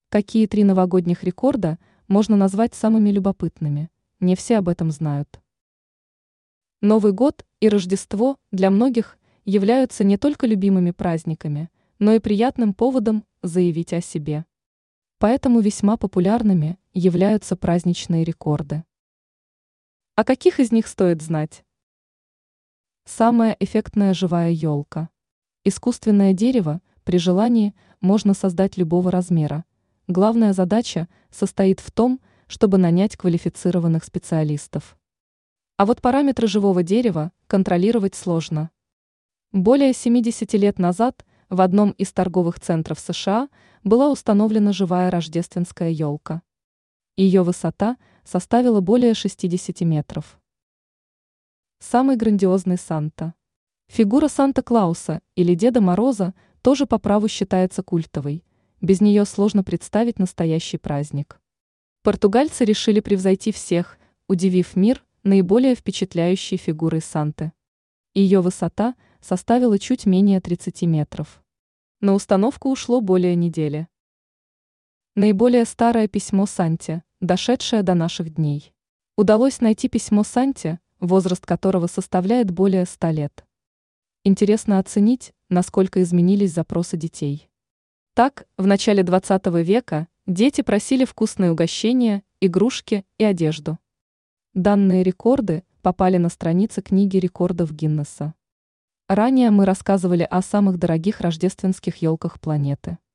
Какие 3 новогодних рекорда можно назвать самыми любопытными? Не все об этом знают. Новый год и Рождество для многих являются не только любимыми праздниками, но и приятным поводом заявить о себе. Поэтому весьма популярными являются праздничные рекорды. О каких из них стоит знать? Самая эффектная живая елка. Искусственное дерево при желании можно создать любого размера. Главная задача состоит в том, чтобы нанять квалифицированных специалистов. А вот параметры живого дерева контролировать сложно. Более 70 лет назад в одном из торговых центров США была установлена живая рождественская елка. Ее высота составила более 60 метров. Самый грандиозный Санта. Фигура Санта-Клауса или Деда Мороза тоже по праву считается культовой. Без нее сложно представить настоящий праздник. Португальцы решили превзойти всех, удивив мир наиболее впечатляющей фигурой Санты. Ее высота составила чуть менее 30 метров. На установку ушло более недели. Наиболее старое письмо Санте, дошедшее до наших дней. Удалось найти письмо Санте, возраст которого составляет более 100 лет. Интересно оценить, насколько изменились запросы детей. Так, в начале 20 века дети просили вкусные угощения, игрушки и одежду. Данные рекорды попали на страницы книги рекордов Гиннесса. Ранее мы рассказывали о самых дорогих рождественских елках планеты.